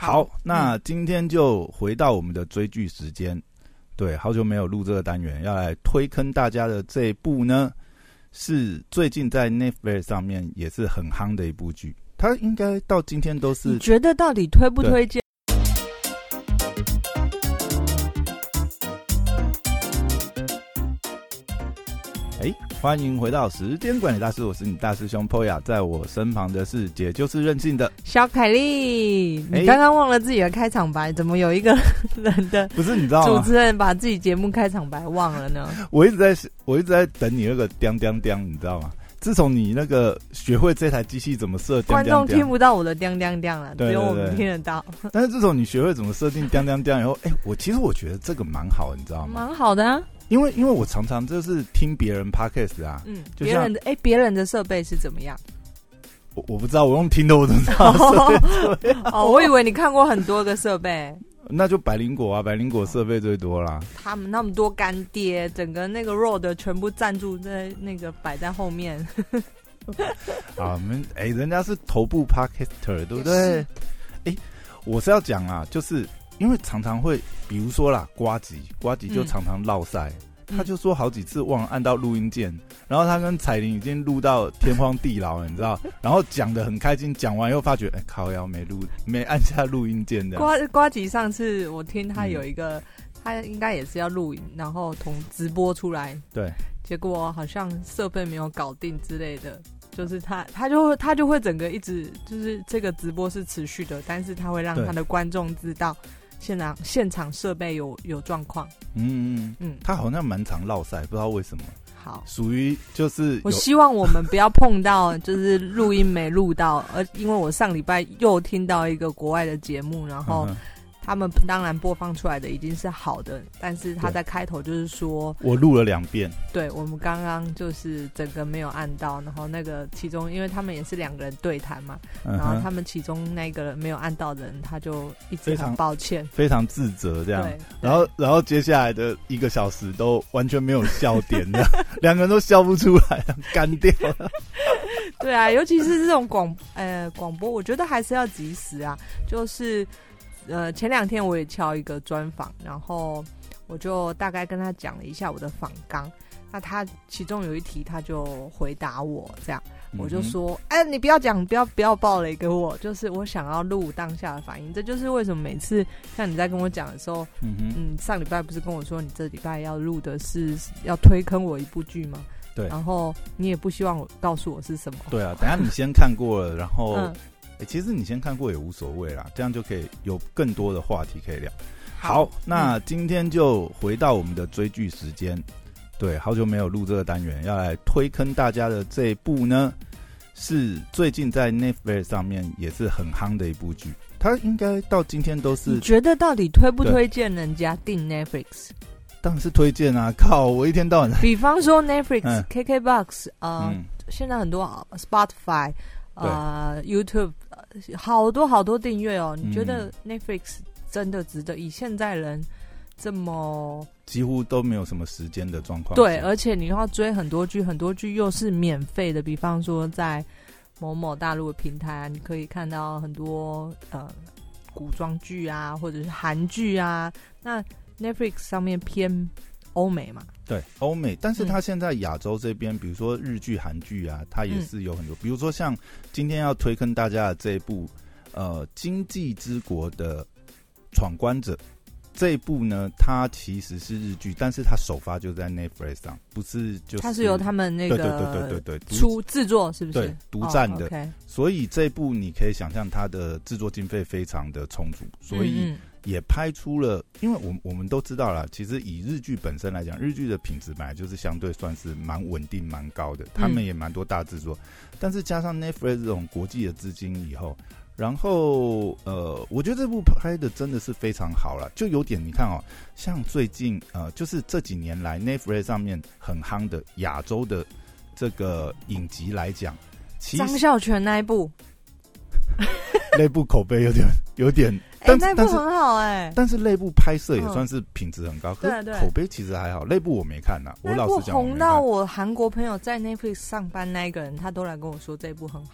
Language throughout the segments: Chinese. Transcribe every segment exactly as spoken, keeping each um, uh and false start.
好，那今天就回到我们的追剧时间。对，好久没有录这个单元，要来推坑大家的这一部呢，是最近在 Netflix 上面也是很夯的一部剧。它应该到今天都是， 你觉得到底推不推荐？ 哎，欢迎回到时间管理大师，我是你大师兄 Poya， 在我身旁的是姐就是任性的小凯莉。你刚刚忘了自己的开场白，怎么有一个人的不是你知道吗？ 主持人把自己节目开场白忘了呢？ 我一直在我一直在等你那个叮叮叮，你知道吗？自从你那个学会这台机器怎么设叮叮叮， 观众听不到我的叮叮叮了，只有我们听得到。 但是自从你学会怎么设定叮叮叮以后，哎，我其实我觉得这个蛮好，你知道吗？ 蛮好的啊。 因为因为我常常就是听别人 podcast 啊， 嗯，别人的哎，别人的设备是怎么样？ 我我不知道，我用听的我怎么知道设备怎么样？ 哦，我以为你看过很多个设备。 那就百灵果啊，百灵果设备最多啦。 他们那么多干爹，整个那个 road 全部赞助在那个摆在后面。 啊，我们哎，人家是头部 podcaster， 对不对？哎，我是要讲啊，就是因为常常会，比如说啦，呱吉，呱吉就常常落赛。嗯，他就说好几次忘了按到录音键，然后他跟彩玲已经录到天荒地老了，你知道？然后讲得很开心，讲完又发觉，哎，靠腰没录，没按下录音键的。 呱呱吉上次我听他有一个，嗯，他应该也是要录影，然后从直播出来， 对， 结果好像设备没有搞定之类的，就是他他就会他就会整个一直就是这个直播是持续的，但是他会让他的观众知道。现场现场设备有有状况， 嗯嗯嗯，他好像蛮常落赛，不知道为什么。 好， 属于就是我希望我们不要碰到，就是录音没录到，而因为我上礼拜又听到一个国外的节目，然后他们当然播放出来的已经是好的，但是他在开头就是说， 我录了两遍。对， 我们刚刚就是整个没有按到，然后那个其中，因为他们也是两个人对谈嘛，嗯，然后他们其中那个没有按到的人，他就一直很抱歉， 非常自责这样。对，然后然后接下来的一个小时都完全没有笑点的，两个人都笑不出来，干掉了。 对啊，尤其是这种广呃广播，我觉得还是要及时啊，就是。呃，前两天我也敲一个专访，然后我就大概跟他讲了一下我的访纲。那他其中有一题，他就回答我这样，嗯，我就说：“哎，你不要讲，不要不要爆雷给我，就是我想要录当下的反应。这就是为什么每次像你在跟我讲的时候，嗯嗯，上礼拜不是跟我说你这礼拜要录的是要推坑我一部剧吗？对，然后你也不希望我告诉我是什么。对啊， 等一下你先看过了，然后。嗯欸，其实你先看过也无所谓啦，这样就可以有更多的话题可以聊。好，那今天就回到我们的追剧时间。对，好久没有录这个单元，要来推坑大家的这一部呢，是最近在 Netflix 上面也是很夯的一部剧。它应该到今天都是。 你觉得到底推不推荐人家订 Netflix？ 当然是推荐啊！靠，我一天到晚。 比方说 Netflix、K K Box 啊，呃嗯，现在很多 Spotify。呃 ，YouTube 好多好多订阅哦。你觉得 Netflix 真的值得？以现在人这么几乎都没有什么时间的状况， 对，而且你要追很多剧，很多剧又是免费的。比方说在某某大陆的平台啊，你可以看到很多呃古装剧啊，或者是韩剧啊。那 Netflix 上面偏欧美嘛。 对，欧美，但是他现在亚洲这边，嗯，比如说日剧、韩剧啊，它也是有很多，嗯，比如说像今天要推坑大家的这一部，呃，《经济之国的闯关者》这一部呢，它其实是日剧，但是它首发就在 Netflix 上，不是就是它是由他们那个对对对对对对出制作是不是？ 对，独占的， 哦 okay， 所以这一部你可以想象它的制作经费非常的充足，所以。嗯嗯也拍出了，因为我我们都知道啦，其实以日剧本身来讲，日剧的品质本来就是相对算是蛮稳定、蛮高的，他们也蛮多大制作，嗯，但是加上 Netflix 这种国际的资金以后，然后呃，我觉得这部拍的真的是非常好啦，就有点你看哦，像最近呃，就是这几年来 Netflix 上面很夯的亚洲的这个影集来讲， 张孝全那一部。 那部口碑有点有点， 哎，欸，那部很好哎，欸， 但是那部拍摄也算是品质很高，可是口碑其实还好。那部我没看呐，我老实讲， 红到我韩国朋友在 Netflix 上班那一个人，他都来跟我说这部很好。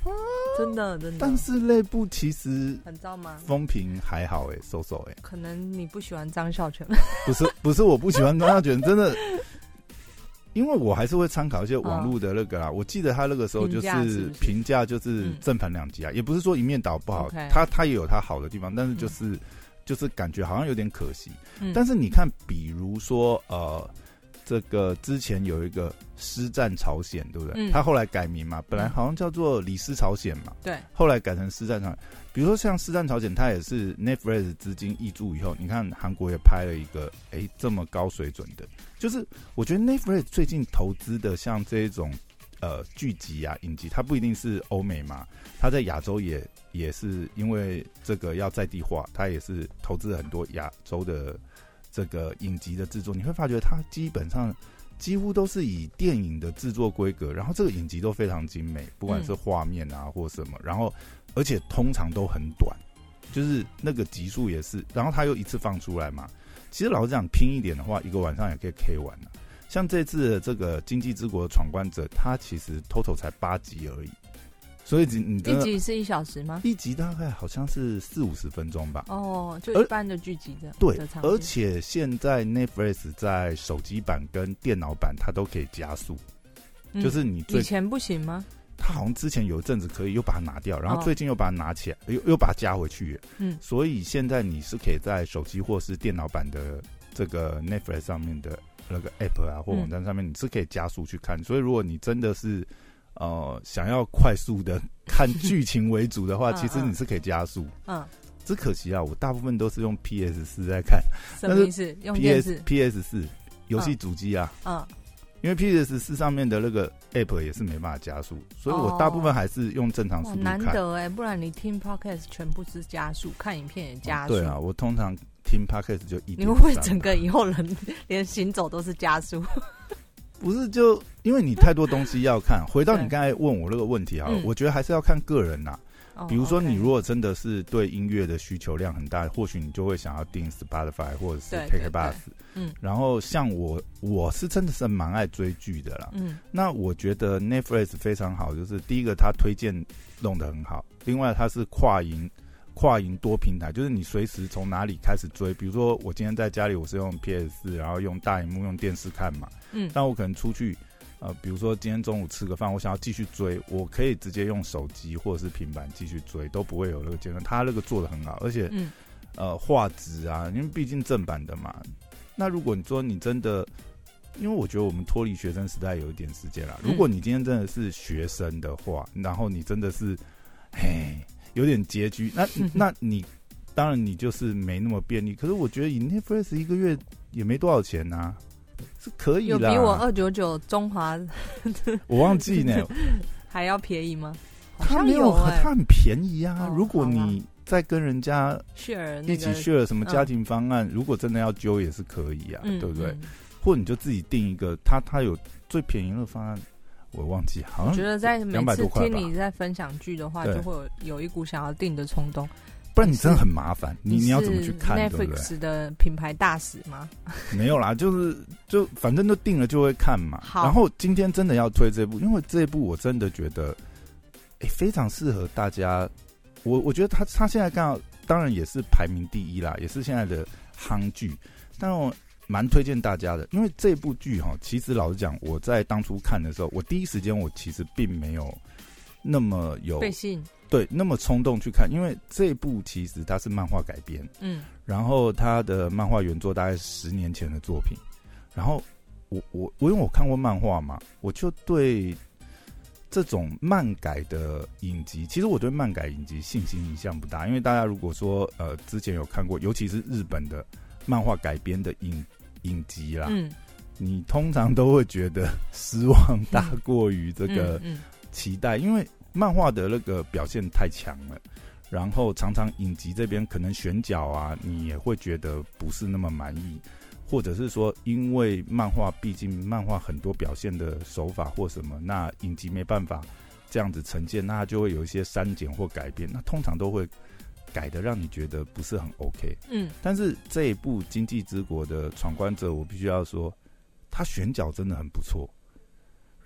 真的真的。 但是那部其实很糟吗？ 风评还好哎、欸，收收哎。 可能你不喜欢张孝全。 不是不是，我不喜欢张孝全，真的。因为我还是会参考一些网络的那个啦、嗯，我记得他那个时候就是评价就是正反两极啊、嗯，也不是说一面倒不好， okay. 他他也有他好的地方，但是就是、嗯、就是感觉好像有点可惜、嗯。但是你看，比如说呃，这个之前有一个师战朝鲜，对不对、嗯？他后来改名嘛，本来好像叫做李师朝鲜嘛，对，后来改成师战朝鲜。比如说像师战朝鲜，它也是 Netflix 资金挹注以后，你看韩国也拍了一个哎、欸、这么高水准的，就是我觉得 Netflix 最近投资的像这一种呃剧集啊影集，它不一定是欧美嘛，它在亚洲也也是因为这个要在地化，它也是投资了很多亚洲的这个影集的制作，你会发觉它基本上几乎都是以电影的制作规格，然后这个影集都非常精美，不管是画面啊或什么，然后而且通常都很短，就是那个集数也是，然后它又一次放出来嘛。其实老实讲，拼一点的话，一个晚上也可以 K 完了。像这次的这个《经济之国的闯关者》，它其实 total 才八集而已，所以你一集是一小时吗？ 一集大概好像是四五十分钟吧。 哦，就一般的剧集的。 对，而且现在 Netflix 在手机版跟电脑版它都可以加速，嗯、就是你最以前不行吗？ 他好像之前有一阵子可以，又把它拿掉，然后最近又把它拿起来，哦、又又把它加回去。嗯，所以现在你是可以在手机或是电脑版的这个 Netflix 上面的那个 App 啊或网站上面，你是可以加速去看。嗯、所以如果你真的是呃想要快速的看剧情为主的话，其实你是可以加速。嗯，只可惜啊，我大部分都是用 P S 四 在看。 什么意思？用电视 P S 四 游戏主机啊。嗯。嗯因为 P S 四 上面的那个 App 也是没办法加速，所以我大部分还是用正常速度看。 难得哎、欸，不然你听 Podcast 全部是加速，看影片也加速。 哦、对啊，我通常听 Podcast 就一点。 你会不会整个以后人连行走都是加速？ 不是，就因为你太多东西要看。回到你刚才问我那个问题啊、嗯，我觉得还是要看个人呐、啊。比如说，你如果真的是对音乐的需求量很大，或许你就会想要订 Spotify 或者是 K K B O X。嗯，然后像我，我是真的是蛮爱追剧的啦。嗯，那我觉得 Netflix 非常好，就是第一个它推荐弄得很好，另外它是跨营跨营多平台，就是你随时从哪里开始追。比如说我今天在家里，我是用 P S 四，然后用大萤幕用电视看嘛。嗯，但我可能出去。呃，比如说今天中午吃个饭，我想要继续追，我可以直接用手机或者是平板继续追，都不会有那个间隔。他那个做得很好，而且、嗯、呃画质啊，因为毕竟正版的嘛。那如果你说你真的，因为我觉得我们脱离学生时代有一点时间啦。如果你今天真的是学生的话，然后你真的是嘿有点拮据，那那你当然你就是没那么便利。可是我觉得以 Netflix 一个月也没多少钱啊。是可以啦， 有比我二九九中华我忘记呢还要便宜吗？ 它没有，它很便宜啊。哦、如果你在跟人家 share 一起 share 什么家庭方案，嗯、如果真的要揪也是可以啊，嗯、对不对？嗯、或者你就自己定一个，它它有最便宜的方案，我忘记，好像我觉得在每次听你在分享剧的话，就会有有一股想要定的冲动。 不然你真的很麻烦，你你要怎么去看 ？Netflix 的品牌大使吗？ 没有啦，就是就反正都定了就会看嘛。然后今天真的要推这部，因为这一部我真的觉得，哎、欸，非常适合大家。我我觉得他他现在刚好当然也是排名第一啦，也是现在的夯剧，但我蛮推荐大家的，因为这部剧哈，其实老实讲，我在当初看的时候，我第一时间我其实并没有那么有被吸引。 对，那么冲动去看，因为这部其实它是漫画改编，嗯，然后它的漫画原作大概是十年前的作品，然后我我我因为我看过漫画嘛，我就对这种漫改的影集，其实我对漫改影集信心一向不大，因为大家如果说呃之前有看过，尤其是日本的漫画改编的影影集啦，嗯，你通常都会觉得失望大过于这个期待，因为漫画的那个表现太强了，然后常常影集这边可能选角啊，你也会觉得不是那么满意，或者是说因为漫画毕竟漫画很多表现的手法或什么，那影集没办法这样子呈现，那它就会有一些删减或改变，那通常都会改的让你觉得不是很 OK。嗯，但是这一部《经济之国的闯关者》，我必须要说，他选角真的很不错。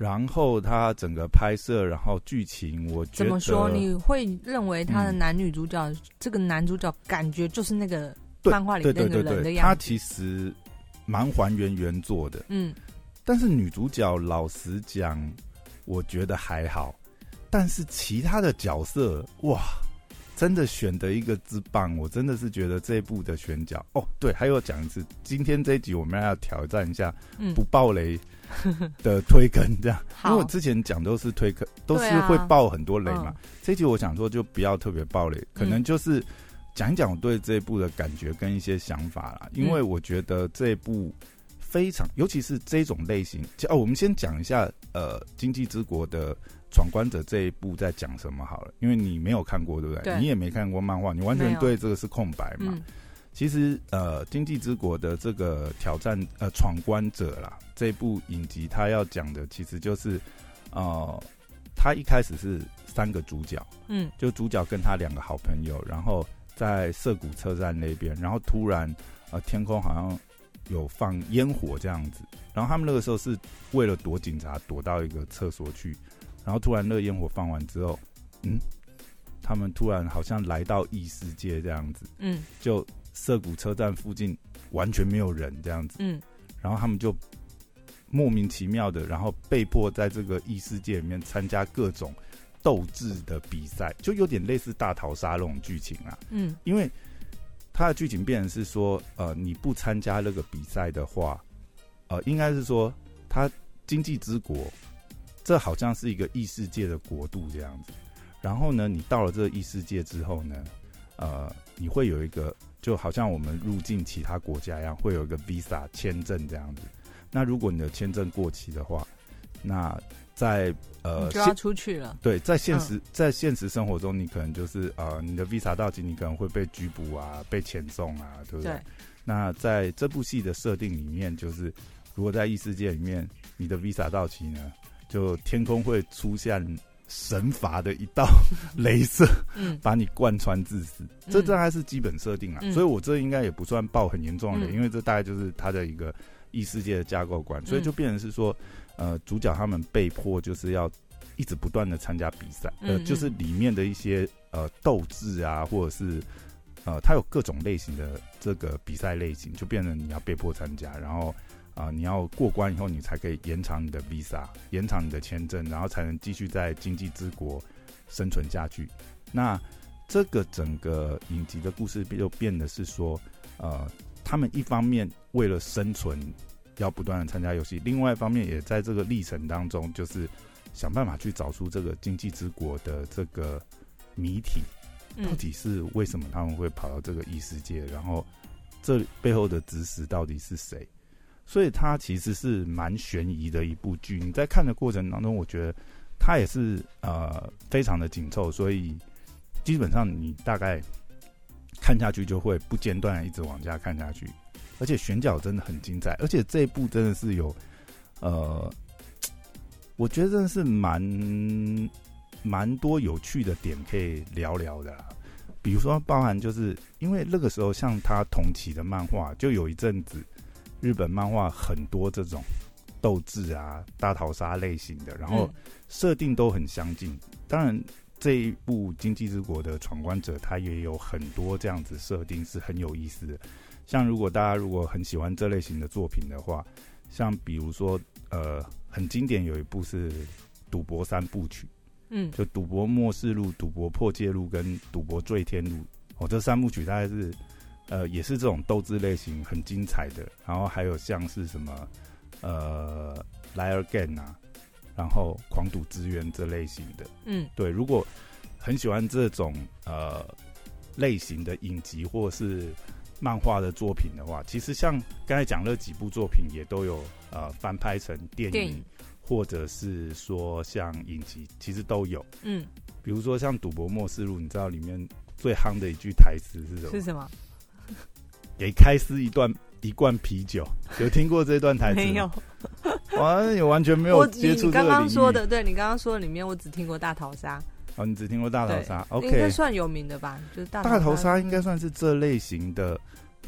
然后它整个拍摄，然后剧情，我觉得怎么说？你会认为他的男女主角，嗯、这个男主角感觉就是那个漫画里那个人的样子？对对对对， 他其实蛮还原原作的。嗯，但是女主角老实讲，我觉得还好。但是其他的角色，哇，真的选的一个之棒！我真的是觉得这一部的选角哦，对，还有讲一次，今天这一集我们要挑战一下不爆雷的推坑，这样，因为我之前讲都是推坑，都是会爆很多雷嘛。啊嗯、这一集我想说就不要特别爆雷，可能就是讲一讲我对这一部的感觉跟一些想法啦。因为我觉得这一部非常，尤其是这种类型，哦，我们先讲一下呃《经济之国》的。闯关者这一部在讲什么好了？因为你没有看过，对不对？ 对， 你也没看过漫画，你完全对这个是空白嘛。嗯、其实，呃，经济之国的这个挑战，呃，闯关者啦，这一部影集，它要讲的其实就是，呃，他一开始是三个主角，嗯，就主角跟他两个好朋友，然后在涩谷车站那边，然后突然，呃，天空好像有放烟火这样子，然后他们那个时候是为了躲警察，躲到一个厕所去。然后突然那个烟火放完之后，嗯，他们突然好像来到异世界这样子，嗯，就涩谷车站附近完全没有人这样子，嗯，然后他们就莫名其妙的，然后被迫在这个异世界里面参加各种斗智的比赛，就有点类似大逃杀那种剧情啊，嗯，因为它的剧情变成是说，呃，你不参加那个比赛的话，呃，应该是说它经济之国。这好像是一个异世界的国度这样子，然后呢，你到了这个异世界之后呢，呃，你会有一个，就好像我们入境其他国家一样，会有一个 visa 签证这样子。那如果你的签证过期的话，那在呃你就要出去了。 对，在现实、嗯、在现实生活中，你可能就是呃你的 visa 到期，你可能会被拘捕啊，被遣送啊，对不对？对。那在这部戏的设定里面，就是如果在异世界里面，你的 visa 到期呢？就天空会出现神罚的一道雷射，嗯，把你贯穿致死，嗯、这大概是基本设定啊、嗯。所以我这应该也不算爆很严重的雷、嗯，因为这大概就是它的一个异世界的架构观，所以就变成是说，呃，主角他们被迫就是要一直不断的参加比赛，呃，嗯嗯就是里面的一些呃斗志啊，或者是呃，它有各种类型的这个比赛类型，就变成你要被迫参加，然后。啊、呃，你要过关以后，你才可以延长你的 visa， 延长你的签证，然后才能继续在经济之国生存下去。那这个整个影集的故事就变得是说，呃，他们一方面为了生存要不断的参加游戏，另外一方面也在这个历程当中，就是想办法去找出这个经济之国的这个谜题，到底是为什么他们会跑到这个异世界，然后这背后的指使到底是谁？所以它其实是蛮悬疑的一部剧，你在看的过程当中，我觉得它也是呃非常的紧凑，所以基本上你大概看下去就会不间断的一直往下看下去，而且选角真的很精彩，而且这一部真的是有呃，我觉得真的是蛮蛮多有趣的点可以聊聊的啦。比如说包含就是因为那个时候像他同期的漫画，就有一阵子。日本漫画很多这种斗智啊、大逃杀类型的，然后设定都很相近。当然，这一部《经济之国》的闯关者，它也有很多这样子设定是很有意思的。像如果大家如果很喜欢这类型的作品的话，像比如说呃，很经典有一部是《赌博三部曲》，嗯，就《赌博默示录》、《赌博破戒录》跟《赌博坠天录》。哦，这三部曲大概是。呃，也是这种斗智类型很精彩的，然后还有像是什么呃来而 again 啊，然后狂赌之渊这类型的，嗯，对，如果很喜欢这种呃类型的影集或是漫画的作品的话，其实像刚才讲那几部作品也都有呃翻拍成电影，电影或者是说像影集，其实都有，嗯，比如说像《赌博默示录》，你知道里面最夯的一句台词是什么？是什么？给开司一段一罐啤酒，有听过这段台词吗？没有，哇，你完全没有接触这个领域。你刚刚说的，对你刚刚说的里面，我只听过大逃杀。 哦，你只听过大逃杀 ？OK， 应该算有名的吧？就是大大逃杀应该算是这类型的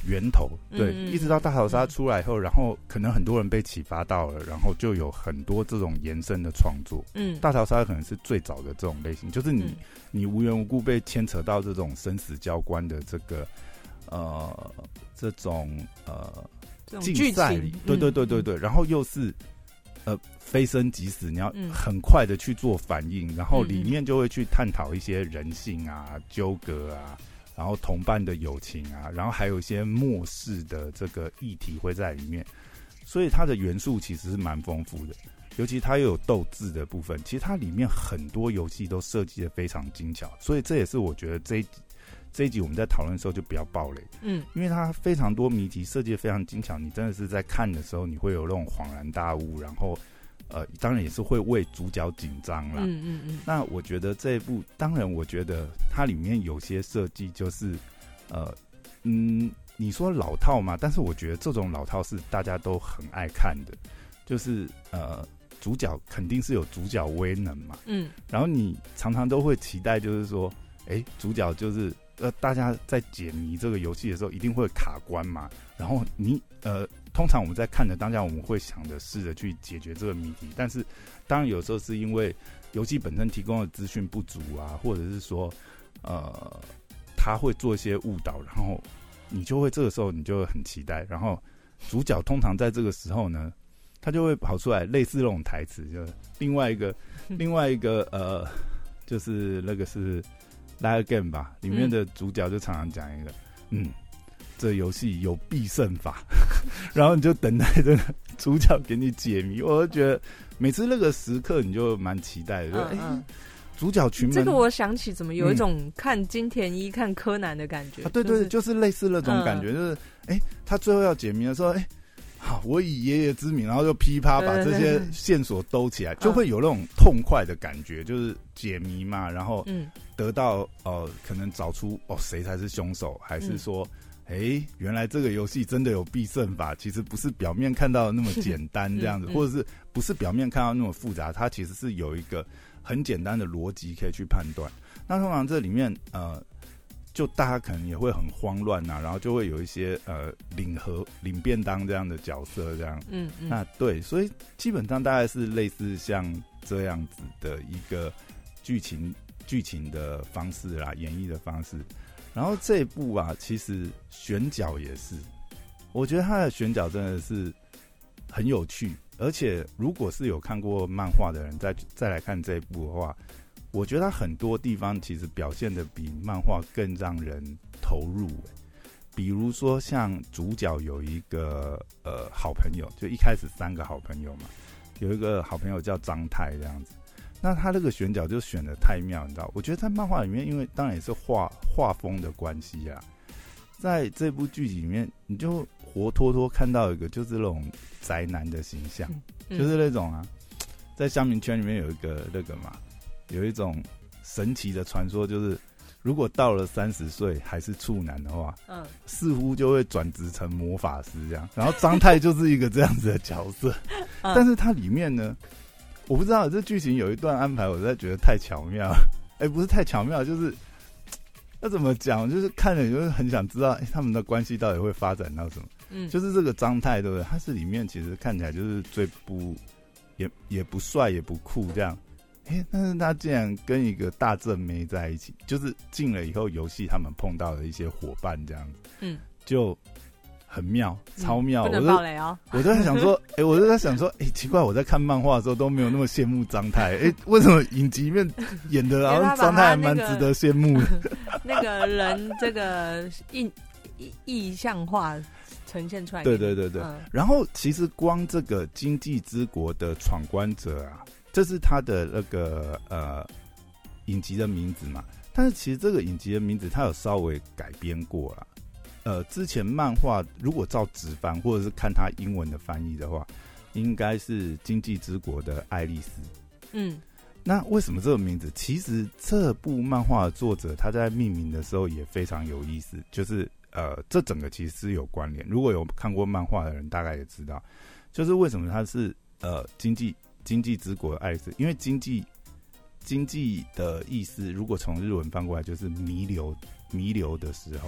源头，对， 嗯、 一直到大逃杀出来以后，然后可能很多人被启发到了，然后就有很多这种延伸的创作。嗯，大逃杀可能是最早的这种类型，就是你、嗯、你无缘无故被牵扯到这种生死交关的这个呃这种呃竞赛里，对对对对对，嗯、然后又是呃非生即死，你要很快的去做反应，嗯、然后里面就会去探讨一些人性啊、纠葛啊。然后同伴的友情啊，然后还有一些末世的这个议题会在里面，所以它的元素其实是蛮丰富的，尤其它又有斗智的部分，其实它里面很多游戏都设计的非常精巧，所以这也是我觉得这一这一集我们在讨论的时候就不要爆雷，嗯，因为它非常多谜题设计的非常精巧，你真的是在看的时候你会有那种恍然大悟，然后。呃，当然也是会为主角紧张啦。嗯嗯嗯。那我觉得这一部，当然我觉得它里面有些设计就是，呃，嗯，你说老套嘛，但是我觉得这种老套是大家都很爱看的，就是呃，主角肯定是有主角威能嘛。嗯。然后你常常都会期待，就是说，哎，主角就是呃，大家在解谜这个游戏的时候一定会卡关嘛，然后你呃。通常我们在看的当下，我们会想着试着去解决这个谜题，但是当然有时候是因为游戏本身提供的资讯不足啊，或者是说呃他会做一些误导，然后你就会这个时候你就会很期待，然后主角通常在这个时候呢，他就会跑出来类似那种台词，就另外一个另外一个呃就是那个是 Liar Game 吧，里面的主角就常常讲一个嗯。这游戏有必胜法，然后你就等待这个主角给你解谜。我就觉得每次那个时刻，你就蛮期待的。就嗯嗯欸、主角群们， 这个我想起怎么有一种看金田一、看柯南的感觉。 啊、对对， 就是、 就是类似那种感觉，嗯、就是哎、欸，他最后要解谜的时候，哎、欸，好，我以爷爷之名，然后就噼啪把这些线索兜起来，就会有那种痛快的感觉，就是解谜嘛，然后得到呃，可能找出哦谁才是凶手，还是说。嗯哎、欸，原来这个游戏真的有必胜法，其实不是表面看到的那么简单这样子，嗯嗯、或者是不是表面看到那么复杂，它其实是有一个很简单的逻辑可以去判断。那通常这里面呃，就大家可能也会很慌乱呐、啊，然后就会有一些呃领盒领便当这样的角色这样。嗯嗯。那对，所以基本上大概是类似像这样子的一个剧情剧情的方式啦，演绎的方式。然后这一部啊，其实选角也是，我觉得他的选角真的是很有趣，而且如果是有看过漫画的人再再来看这一部的话，我觉得他很多地方其实表现的比漫画更让人投入。比如说像主角有一个呃好朋友，就一开始三个好朋友嘛，有一个好朋友叫张太这样子。那他这个选角就选得太妙，你知道？我觉得在漫画里面，因为当然也是画画风的关系啊，在这部剧集里面，你就活脱脱看到一个就是那种宅男的形象，嗯、就是那种啊，在乡民圈里面有一个那个嘛，有一种神奇的传说，就是如果到了三十岁还是处男的话，嗯，似乎就会转职成魔法师这样。然后张太就是一个这样子的角色，嗯、但是它里面呢。我不知道这剧情有一段安排，我实在觉得太巧妙。哎、欸，不是太巧妙，就是要怎么讲，就是看了就是很想知道，哎、欸，他们的关系到底会发展到什么？嗯，就是这个张太，对不对？他是里面其实看起来就是最不也也不帅也不酷这样，哎、欸，但是他竟然跟一个大正妹在一起，就是进了以后游戏他们碰到的一些伙伴这样子，嗯，就。很妙，超妙！ 嗯、不能爆雷哦！ 我就在想说，哎、欸，我就在想说，哎、欸，奇怪，我在看漫画的时候都没有那么羡慕张太，哎、欸，为什么影集里面演的，然后张太还蛮值得羡慕的？ 那個人这个意意象化呈现出来， 对对对对。嗯、然后其实光这个经济之国的闯关者啊，这是他的那个呃影集的名字嘛，但是其实这个影集的名字他有稍微改编过啦。呃，之前漫画如果照直翻，或者是看他英文的翻译的话，应该是《经济之国的爱丽丝》。嗯，那为什么这个名字？其实这部漫画的作者他在命名的时候也非常有意思，就是呃，这整个其实是有关联。如果有看过漫画的人，大概也知道，就是为什么它是呃经济经济之国的爱丽丝，因为经济经济的意思，如果从日文翻过来就是弥留弥留的时候。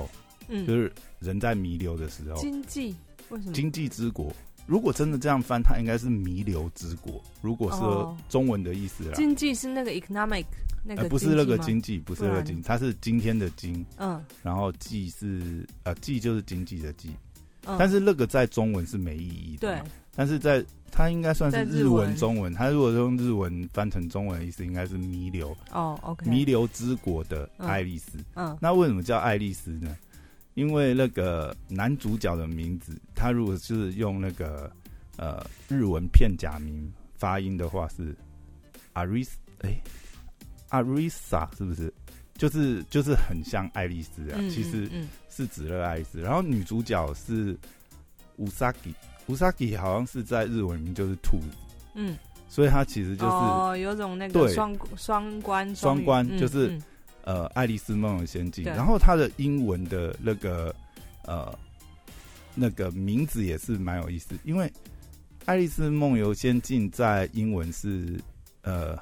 嗯， 就是人在弥留的时候。 经济为什么？ 经济之国。如果真的这样翻，它应该是弥留之国。如果是中文的意思啦， 经济是那个 economic 那个、呃， 不是那个经济，不是那个经济，它是今天的今，嗯，然后济是呃济就是经济的济，嗯，但是那个在中文是没意义的，对，但是在它应该算是日文中文，它如果用日文翻成中文的意思，应该是弥留哦 ，OK， 弥留之国的爱丽丝，嗯，嗯那为什么叫爱丽丝呢？因为那个男主角的名字，他如果是用那个呃日文片假名发音的话是阿瑞斯，哎，阿瑞莎是不是？就是就是很像爱丽丝啊，嗯、其实是指那个爱丽丝。然后女主角是乌萨吉，乌萨吉好像是在日文里面就是兔子，嗯，所以它其实就是哦，有种那个双双关双关，就是。嗯嗯呃，《爱丽丝梦游仙境》，然后它的英文的那个呃那个名字也是蛮有意思，因为《爱丽丝梦游仙境》在英文是呃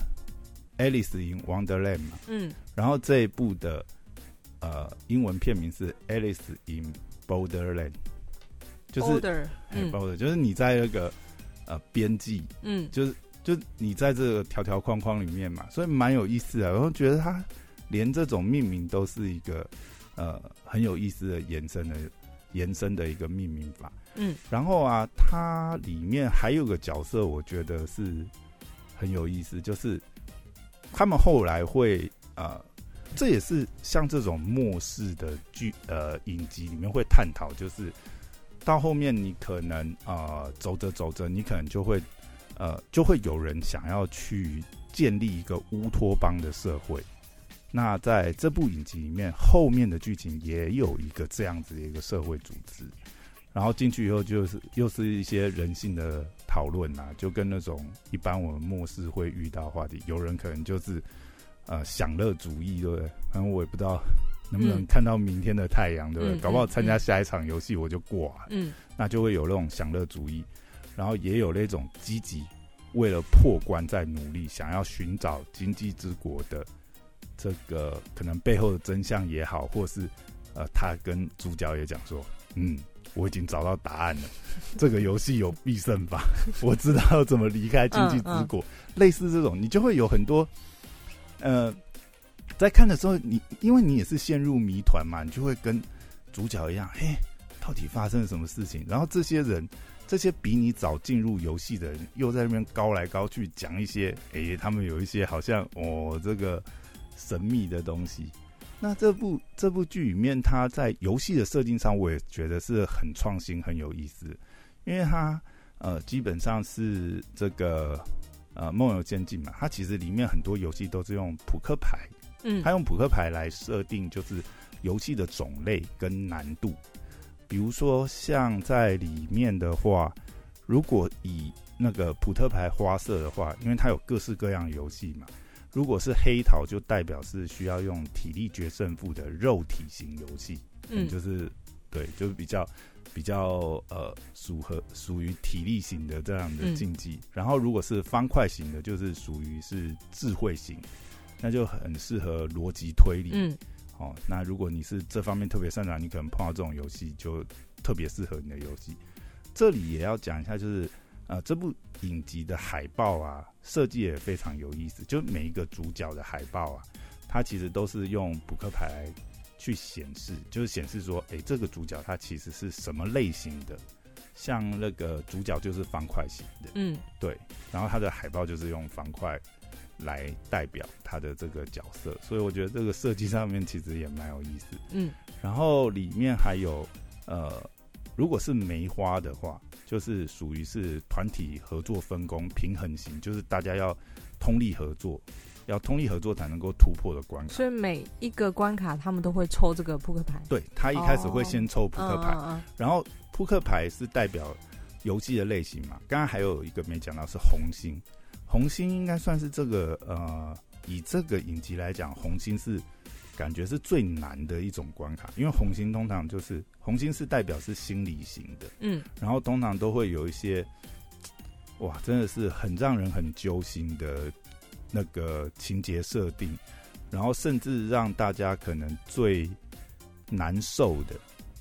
Alice in Wonderland 嘛，嗯，然后这一部的呃英文片名是 Alice in Borderland， 就是 Border， 嗯 Border， 就是你在那个呃边际，嗯，就是就你在这个条条框框里面嘛，所以蛮有意思的，然后觉得它。连这种命名都是一个呃很有意思的延伸的延伸的一个命名法，嗯，然后啊，它里面还有个角色，我觉得是很有意思，就是他们后来会呃，这也是像这种末世的剧呃影集里面会探讨，就是到后面你可能呃走着走着，你可能就会呃就会有人想要去建立一个乌托邦的社会。那在这部影集里面，后面的剧情也有一个这样子的一个社会组织，然后进去以后就是又是一些人性的讨论啊，就跟那种一般我们末世会遇到的话题，有人可能就是呃享乐主义，对不对？反正我也不知道能不能看到明天的太阳，对不对？嗯、搞不好参加下一场游戏我就挂了，嗯，那就会有那种享乐主义，然后也有那种积极为了破关在努力，想要寻找经济之国的。这个可能背后的真相也好，或是呃，他跟主角也讲说，嗯，我已经找到答案了，这个游戏有必胜法，我知道要怎么离开经济之国。嗯嗯、类似这种，你就会有很多呃，在看的时候，你因为你也是陷入谜团嘛，你就会跟主角一样，嘿，到底发生了什么事情？然后这些人。这些比你早进入游戏的人，又在那边高来高去讲一些，哎，他们有一些好像哦，这个神秘的东西。那这部这部剧里面，它在游戏的设定上，我也觉得是很创新、很有意思，因为它呃基本上是这个呃梦游仙境嘛，它其实里面很多游戏都是用扑克牌，嗯，它用扑克牌来设定就是游戏的种类跟难度。比如说，像在里面的话，如果以那个扑克牌花色的话，因为它有各式各样的游戏嘛，如果是黑桃，就代表是需要用体力决胜负的肉体型游戏，嗯，就是对，就是比较比较呃属和属于体力型的这样的竞技。嗯、然后如果是方块型的，就是属于是智慧型，那就很适合逻辑推理。嗯。哦，那如果你是这方面特别擅长，你可能碰到这种游戏就特别适合你的游戏。这里也要讲一下，就是呃，这部影集的海报啊，设计也非常有意思。就每一个主角的海报啊，它其实都是用扑克牌来去显示，就是显示说，哎，这个主角他其实是什么类型的。像那个主角就是方块型的，嗯，对，然后他的海报就是用方块。来代表他的这个角色，所以我觉得这个设计上面其实也蛮有意思。嗯，然后里面还有呃，如果是梅花的话，就是属于是团体合作分工平衡型，就是大家要通力合作，要通力合作才能够突破的关卡。 所以每一个关卡他们都会抽这个扑克牌。 对，他一开始会先抽扑克牌，哦、然后扑克牌是代表游戏的类型嘛。刚刚还有一个没讲到是红心。红心应该算是这个呃，以这个影集来讲，红心是感觉是最难的一种关卡，因为红心通常就是红心是代表是心理型的，嗯，然后通常都会有一些哇，真的是很让人很揪心的那个情节设定，然后甚至让大家可能最难受的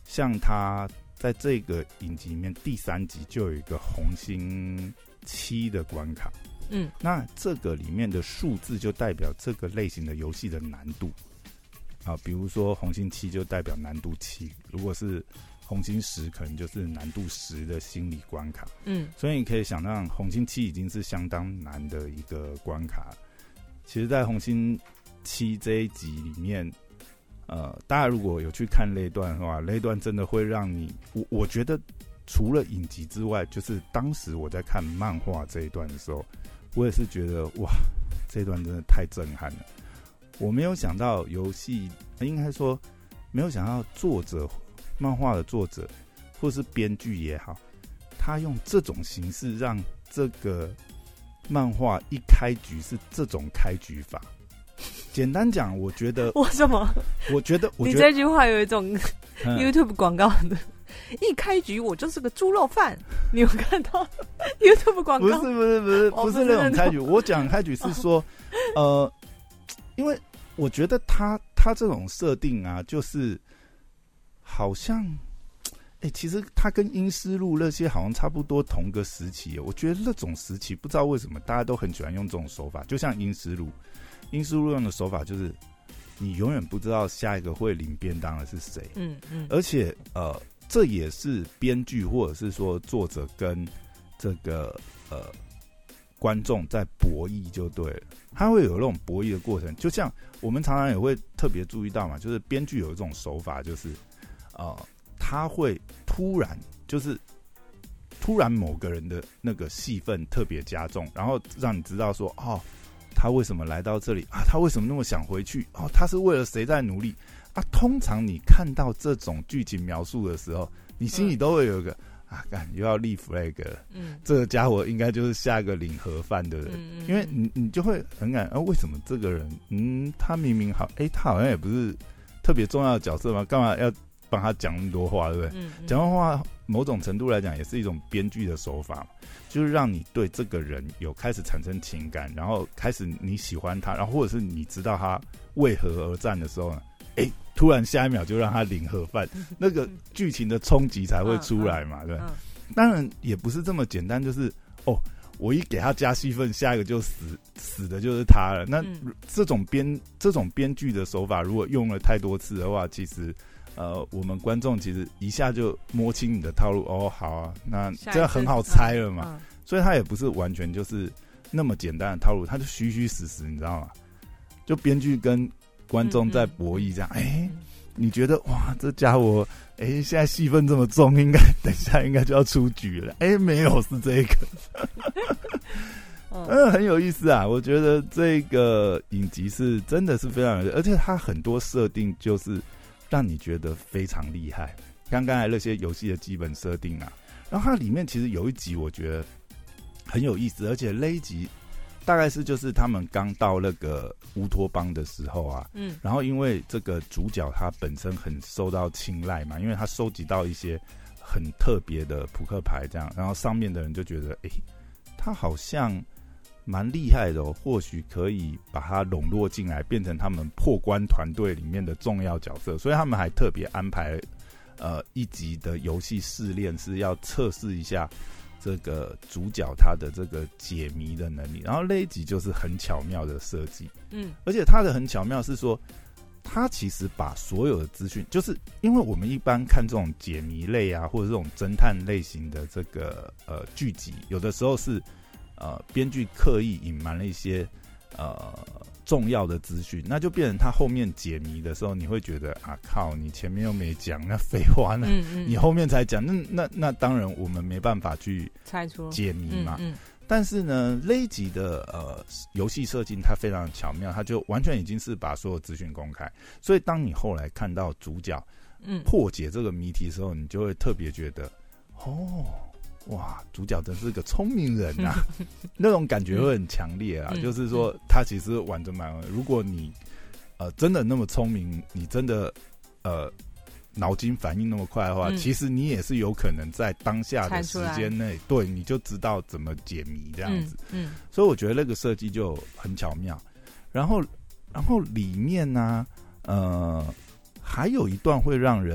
像他在这个影集里面第三集就有一个红心七的关卡， 嗯， 那这个里面的数字就代表这个类型的游戏的难度啊，比如说红心七就代表难度七，如果是红心十可能就是难度十的心理关卡， 嗯， 所以你可以想象红心七已经是相当难的一个关卡了。其实在红心七这一集里面，呃，大家如果有去看那一段的话，那一段真的会让你，我我觉得除了影集之外，就是当时我在看漫画这一段的时候，我也是觉得哇，这一段真的太震撼了。我没有想到游戏，应该说没有想到作者。漫画的作者或是编剧也好，他用这种形式让这个漫画一开局是这种开局法。简单讲，我觉得为什么？ 我觉得，我觉得你这句话有一种 YouTube 广告的，一开局我就是个猪肉饭。你有看到 YouTube 广告？ 不是不是不是不是那种开局。我讲开局是说，呃，因为我觉得他他这种设定啊，就是好像，哎、欸，其实他跟阴尸路那些好像差不多同个时期。我觉得那种时期不知道为什么大家都很喜欢用这种手法，就像阴尸路，阴尸路用的手法就是你永远不知道下一个会领便当的是谁。 嗯嗯， 而且呃，这也是编剧或者是说作者跟这个呃观众在博弈就对了，他会有那种博弈的过程。就像我们常常也会特别注意到嘛，就是编剧有一种手法，就是呃，他会突然就是突然某个人的那个戏份特别加重，然后让你知道说哦，他为什么来到这里啊？他为什么那么想回去？哦，他是为了谁在努力啊？通常你看到这种剧情描述的时候，你心里都会有一个、嗯、啊，干又要立 flag 了，嗯，这个家伙应该就是下一个领盒饭的人，嗯、因为你你就会很感啊，为什么这个人，嗯，他明明好，哎、欸，他好像也不是特别重要的角色嘛，干嘛要帮他讲那么多话，对不对？讲、嗯嗯、话某种程度来讲也是一种编剧的手法，就是让你对这个人有开始产生情感，然后开始你喜欢他，然后或者是你知道他为何而战的时候呢，哎、欸，突然下一秒就让他领盒饭，那个剧情的冲击才会出来嘛，对。当然也不是这么简单，就是哦，我一给他加戏份，下一个就死死的就是他了。那这种编这种编剧的手法，如果用了太多次的话，其实呃，我们观众其实一下就摸清你的套路。哦，好啊，那这样很好猜了嘛。嗯嗯、所以他也不是完全就是那么简单的套路，他就虚虚实实，你知道吗？就编剧跟观众在博弈这样，哎、嗯嗯欸，你觉得哇，这家伙，哎、欸，现在戏份这么重，应该等一下应该就要出局了。哎、欸，没有，是这个，嗯，很有意思啊。我觉得这个影集是真的是非常有意思，而且它很多设定就是让你觉得非常厉害。像刚才那些游戏的基本设定啊，然后它里面其实有一集我觉得很有意思，而且那一集大概是就是他们刚到那个乌托邦的时候啊，嗯，然后因为这个主角他本身很受到青睐嘛，因为他收集到一些很特别的扑克牌这样，然后上面的人就觉得，哎、欸，他好像蛮厉害的哦，或许可以把他笼络进来，变成他们破关团队里面的重要角色，所以他们还特别安排呃一集的游戏试炼，是要测试一下这个主角他的这个解谜的能力，然后那一集就是很巧妙的设计，嗯，而且他的很巧妙是说，他其实把所有的资讯，就是因为我们一般看这种解谜类啊，或者这种侦探类型的这个呃剧集，有的时候是呃编剧刻意隐瞒了一些呃重要的资讯，那就变成他后面解谜的时候，你会觉得啊靠，你前面又没讲，那废话呢？嗯嗯，你后面才讲，那那那当然我们没办法去猜出解谜嘛。 嗯嗯， 但是呢，那一集的呃游戏设计它非常巧妙，它就完全已经是把所有资讯公开，所以当你后来看到主角嗯破解这个谜题的时候，你就会特别觉得哦。哇，主角真是个聪明人啊！那种感觉会很强烈啊，嗯、就是说他其实玩着蛮。如果你呃真的那么聪明，你真的呃脑筋反应那么快的话，嗯、其实你也是有可能在当下的时间内，对，你就知道怎么解谜这样子。嗯，嗯所以我觉得那个设计就很巧妙。然后，然后，然后里面呢、啊，呃，还有一段会让人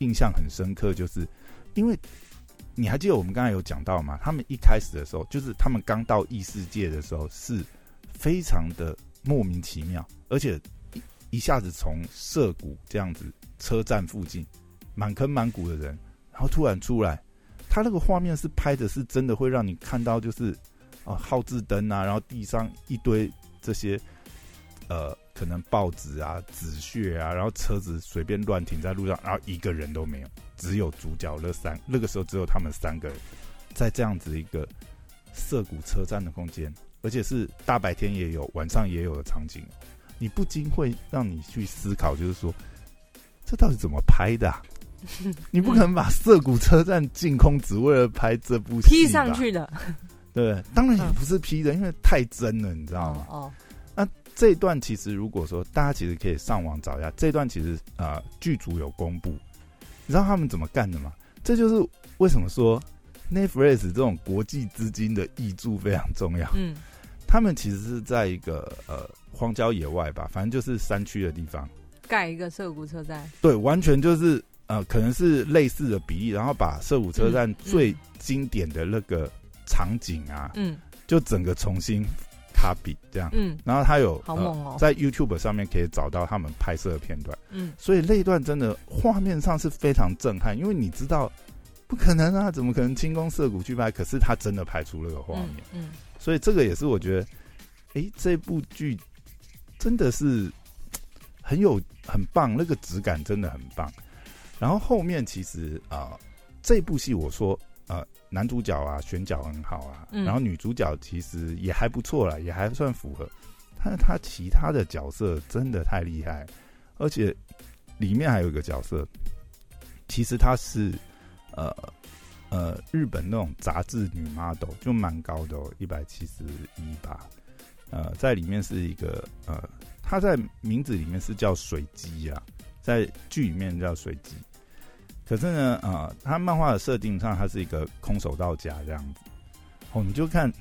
印象很深刻，就是因为你还记得我们刚才有讲到吗？他们一开始的时候，就是他们刚到异世界的时候，是非常的莫名其妙，而且一一下子从涩谷这样子车站附近满坑满谷的人，然后突然出来，他那个画面是拍的是真的会让你看到，就是啊号志灯啊，然后地上一堆这些呃可能报纸啊、纸屑啊，然后车子随便乱停在路上，然后一个人都没有，只有主角那三那个时候只有他们三个人在这样子一个涩谷车站的空间，而且是大白天也有、晚上也有的场景，你不禁会让你去思考，就是说这到底怎么拍的啊？你不可能把涩谷车站净空只为了拍这部戏 P 上去的， 对，当然也不是 P 的，因为太真了，你知道吗？ 哦， 那这一段其实如果说大家其实可以上网找一下，这一段其实呃剧组有公布，你知道他们怎么干的吗？这就是为什么说 Netflix 这种国际资金的挹注非常重要。嗯，他们其实是在一个呃荒郊野外吧，反正就是山区的地方盖一个涩谷车站，对， 完全就是呃可能是类似的比例，然后把涩谷车站最经典的那个场景啊，嗯，就整个重新copy 这样，嗯，然后他有好猛哦、 呃，在 YouTube 上面可以找到他们拍摄的片段，嗯，所以那一段真的画面上是非常震撼，因为你知道不可能啊，怎么可能轻功涩谷去拍？可是他真的拍出那个画面，嗯，嗯，所以这个也是我觉得，哎、欸，这部剧真的是很有很棒，那个质感真的很棒。然后后面其实啊、呃，这部戏我说呃。男主角啊选角很好啊、嗯、然后女主角其实也还不错啦，也还算符合，但是他其他的角色真的太厉害，而且里面还有一个角色其实他是呃呃日本那种杂志女 model， 就蛮高的哦，一百七十一吧，呃在里面是一个呃他在名字里面是叫水姬啊，在剧里面叫水姬，可是呢，呃，他漫画的设定上，他是一个空手道家这样子，哦，你就看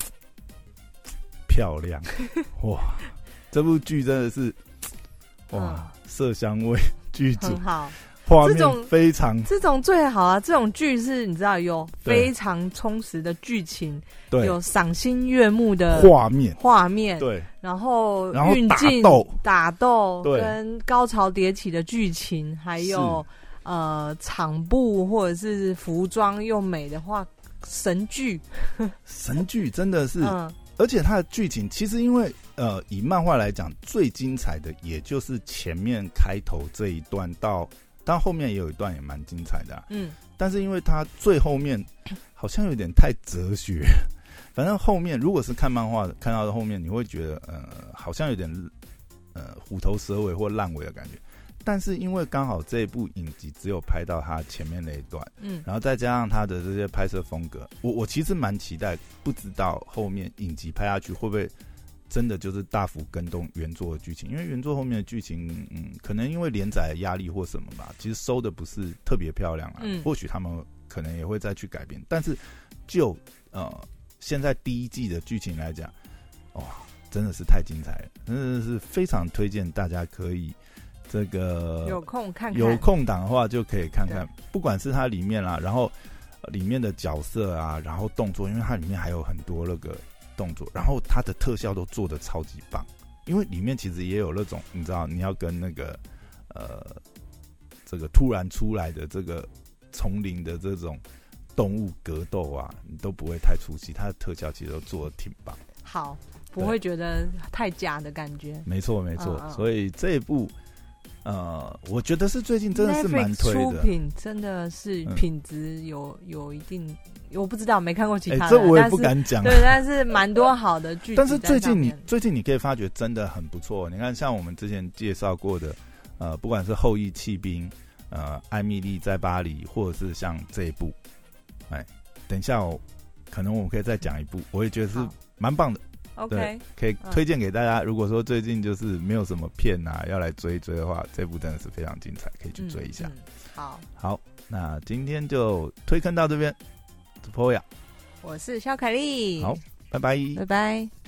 漂亮，哇，这部剧真的是哇，色香味剧组很好， 画面非常， 这种最好啊，这种剧是你知道有非常充实的剧情，对，有赏心悦目的画面， 画面， 对， 然后然后运镜、 打斗、 打斗跟高潮迭起的剧情，还有。呃，场布或者是服装又美的话，神剧， 神剧真的是，嗯，而且它的剧情其实因为呃，以漫画来讲，最精彩的也就是前面开头这一段到，到后面也有一段也蛮精彩的、啊，嗯，但是因为它最后面好像有点太哲学，反正后面如果是看漫画看到的后面，你会觉得呃，好像有点呃虎头蛇尾或烂尾的感觉。但是因为刚好这一部影集只有拍到他前面那一段，嗯，然后再加上他的这些拍摄风格，我我其实蛮期待，不知道后面影集拍下去会不会真的就是大幅跟动原作的剧情，因为原作后面的剧情，嗯，可能因为连载的压力或什么吧，其实收的不是特别漂亮啊，嗯，或许他们可能也会再去改变，但是就呃现在第一季的剧情来讲，哇，真的是太精彩了，真的是非常推荐大家可以。这个有空看看， 有空档的话就可以看看，不管是它里面啦，然后里面的角色啊，然后动作，因为它里面还有很多那个动作，然后它的特效都做得超级棒，因为里面其实也有那种你知道你要跟那个呃这个突然出来的这个丛林的这种动物格斗啊，你都不会太出戏，它的特效其实都做得挺棒， 好，不会觉得太假的感觉， 没错没错、嗯嗯，所以这一部。呃，我觉得是最近真的是蛮推的， 出品真的是品质有、嗯、有一定，我不知道没看过其他的， 欸、这我也不敢讲。 对，但是蛮多好的剧。 但是最近你最近你可以发觉真的很不错。你看，像我们之前介绍过的，呃，不管是后羿弃兵，呃，艾蜜莉在巴黎，或者是像这一部，哎，等一下我可能我们可以再讲一部，我也觉得是蛮棒的。 OK， 可以推荐给大家、嗯。如果说最近就是没有什么片啊要来追追的话，这部真的是非常精彩，可以去追一下。 嗯嗯、好， 好，那今天就推坑到这边。我是 Poya， 我是肖凯丽。 好，拜拜， 拜拜。